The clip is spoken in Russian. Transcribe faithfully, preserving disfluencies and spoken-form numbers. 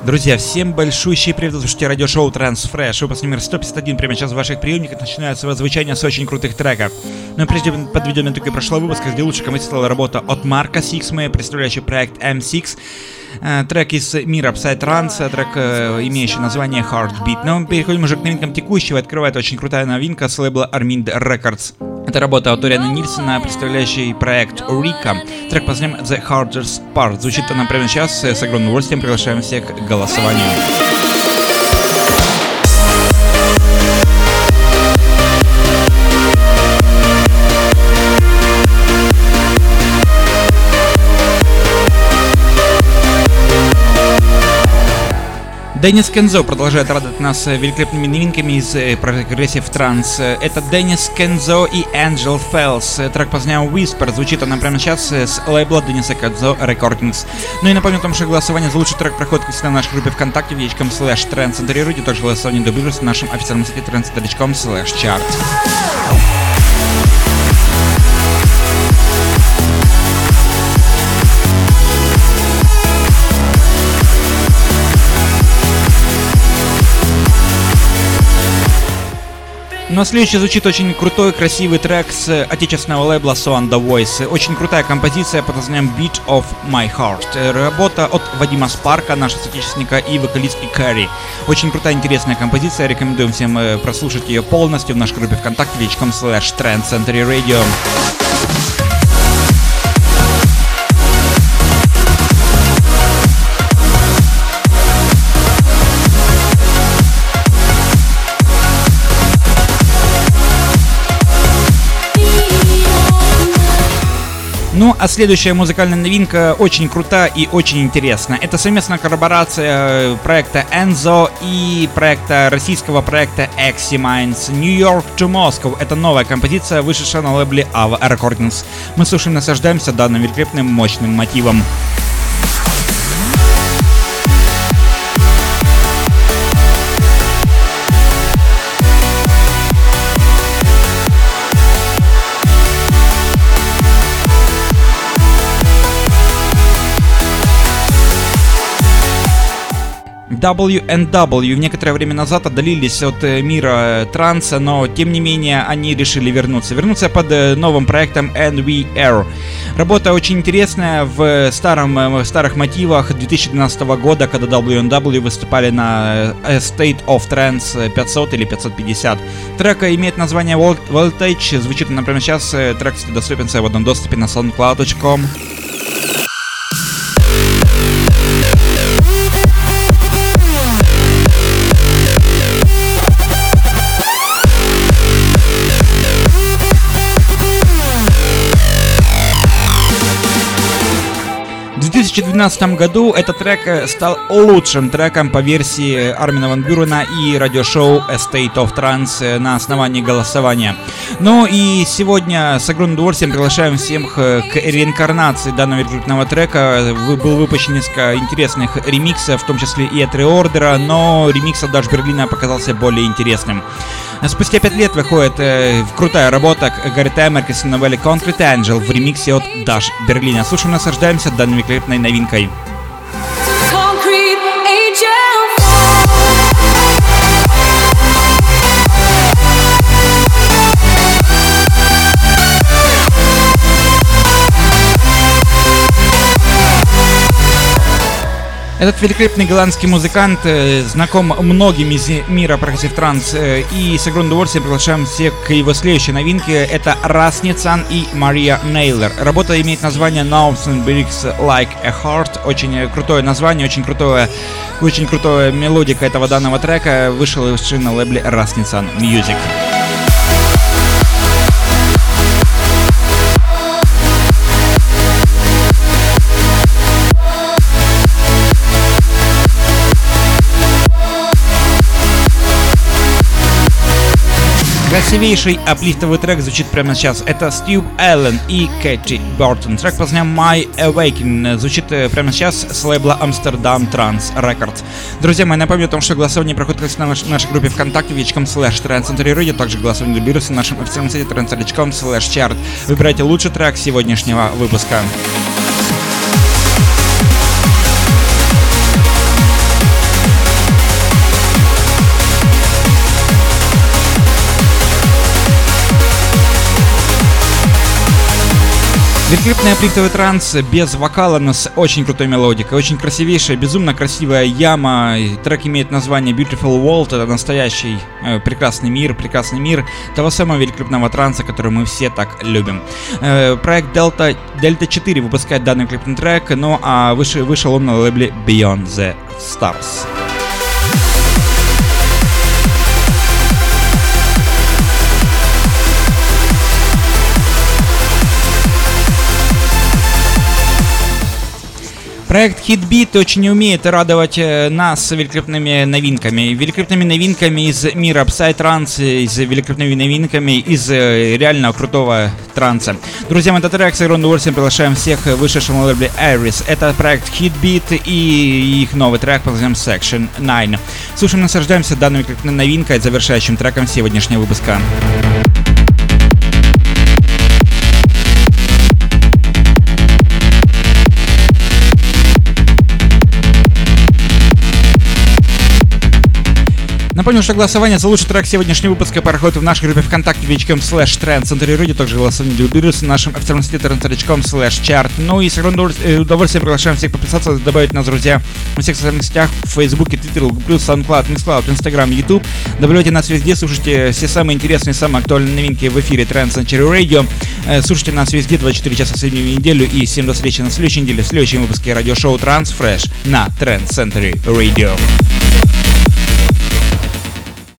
Друзья, всем большущий привет, слушайте радиошоу Transfresh, выпуск номер сто пятьдесят один, прямо сейчас в ваших приемниках начинается звучание с очень крутых треков. Но прежде подведем итоги прошлого выпуска, где лучше кому стала работа от Марка Сиксмы, представляющий проект эм шесть. Трек из мира Psytrance, трек, имеющий название Heartbeat. Но мы переходим уже к новинкам текущего. Открывает очень крутая новинка с лейбла Armind Records. Это работа от Ориана Нильсона, представляющий проект Rika. Трек под названием The Hardest Part. Звучит она прямо сейчас. С огромным удовольствием приглашаем всех к голосованию. Деннис Кензо продолжает радовать нас великолепными новинками из прогрессив транс. Это Деннис Кензо и Angel Fells. Трек под названием Whisper. Звучит она прямо сейчас с лейбла Денниса Кензо Recordings. Ну и напомню о том, что голосование за лучший трек проходит в нашей группе ВКонтакте в ячком слэш трендцентрируйте. Также голосование дублируется на нашем официальном сайте трендцентр.com слэш чарт. Но следующий звучит очень крутой, красивый трек с отечественного лейбла So On The Voice. Очень крутая композиция под названием Beat of My Heart. Работа от Вадима Спарка, нашего соотечественника, и вокалистки Кэрри. Очень крутая, интересная композиция. Рекомендуем всем прослушать ее полностью в нашей группе ВКонтакте вечком слэш трендцентрирадио. Ну, а следующая музыкальная новинка очень крута и очень интересна. Это совместная коллаборация проекта Enzo и проекта российского проекта Eximines New York to Moscow. Это новая композиция, вышедшая на лейбле Ava Recordings. Мы слушаем и наслаждаемся данным великолепным мощным мотивом. дабл ю энд дабл ю некоторое время назад отдалились от мира транса, но тем не менее они решили вернуться. Вернуться под новым проектом эн ви ар. Работа очень интересная в, старом, в старых мотивах две тысячи двенадцатого года, когда дабл ю энд дабл ю выступали на State of Trance пятьсот или пятьсот пятьдесят. Трек имеет название Voltage, звучит, например, сейчас. Трек доступен в свободном доступе на soundcloud точка ком. В две тысячи двенадцатом году этот трек стал лучшим треком по версии Армина ван Бюрена и радиошоу A State of Trance на основании голосования. Ну и сегодня с огромным удовольствием приглашаем всех к реинкарнации данного великолепного трека. Был выпущен несколько интересных ремиксов, в том числе и от Реордера, но ремикс от Dash Berlin показался более интересным. Спустя пять лет выходит э, крутая работа Гарри Таймеркис и новеллы Concrete Angel в ремиксе от Dash Berlin. Слушаем, наслаждаемся данной великолепной новинкой. Этот великолепный голландский музыкант э, знаком многим из мира прогрессив транс, э, и с огромным удовольствием приглашаем всех к его следующей новинке. Это Расницан и Мария Нейлер. Работа имеет название Nothing Breaks Like a Heart. Очень крутое название, очень крутое, очень крутая мелодика этого данного трека. Вышел на лейбле Расницан Music. Красивейший аплифтовый трек звучит прямо сейчас. Это Стив Аллен и Кэти Бертон. Трек под названием My Awakening звучит прямо сейчас с лейбла Amsterdam Trance Records. Друзья мои, напомню о том, что голосование проходит на нашей группе ВКонтакте вечком слэш трендцентрирадио. Также голосование дублируется на нашем официальном сайте трендцентр.com слэш чарт. Выбирайте лучший трек сегодняшнего выпуска. Великолепный аплифтовый транс без вокала, но с очень крутой мелодикой. Очень красивейшая, безумно красивая яма. Трек имеет название Beautiful World. Это настоящий э, прекрасный мир, прекрасный мир того самого великолепного транса, который мы все так любим. Э, проект Delta, Delta четыре выпускает данный великолепный трек, ну а выше, вышел он на лейбле Beyond the Stars. Проект Hitbeat очень умеет радовать нас великолепными новинками. Великолепными новинками из мира Psytrance, из великолепными новинками из реально крутого транса. Друзья, мы этот трек с огромным удовольствием приглашаем всех вышедшим на лейбле Iris. Это проект Hitbeat и их новый трек под названием Section девять. Слушаем, наслаждаемся данной великолепной новинкой, завершающим треком сегодняшнего выпуска. Напомню, что голосование за лучший трек сегодняшнего выпуска проходит в нашей группе ВКонтакте вечком слэш тренд Центре Radio. Также голосование дублируется на нашем официальном сайте трендцентр.ком слэш чарт. Ну и с огромным удовольствием приглашаем всех подписаться, добавить нас, друзья, во всех социальных сетях, в Фейсбуке, Твиттере, Google+, SoundCloud, Mixcloud, Instagram, YouTube. Добавляйте нас везде, слушайте все самые интересные, самые актуальные новинки в эфире Тренд Центре Radio. Слушайте нас везде двадцать четыре часа в среднюю неделю и семь до встречи на следующей неделе в следующем выпуске радиошоу Трансфреш на Тренд Центре Radio.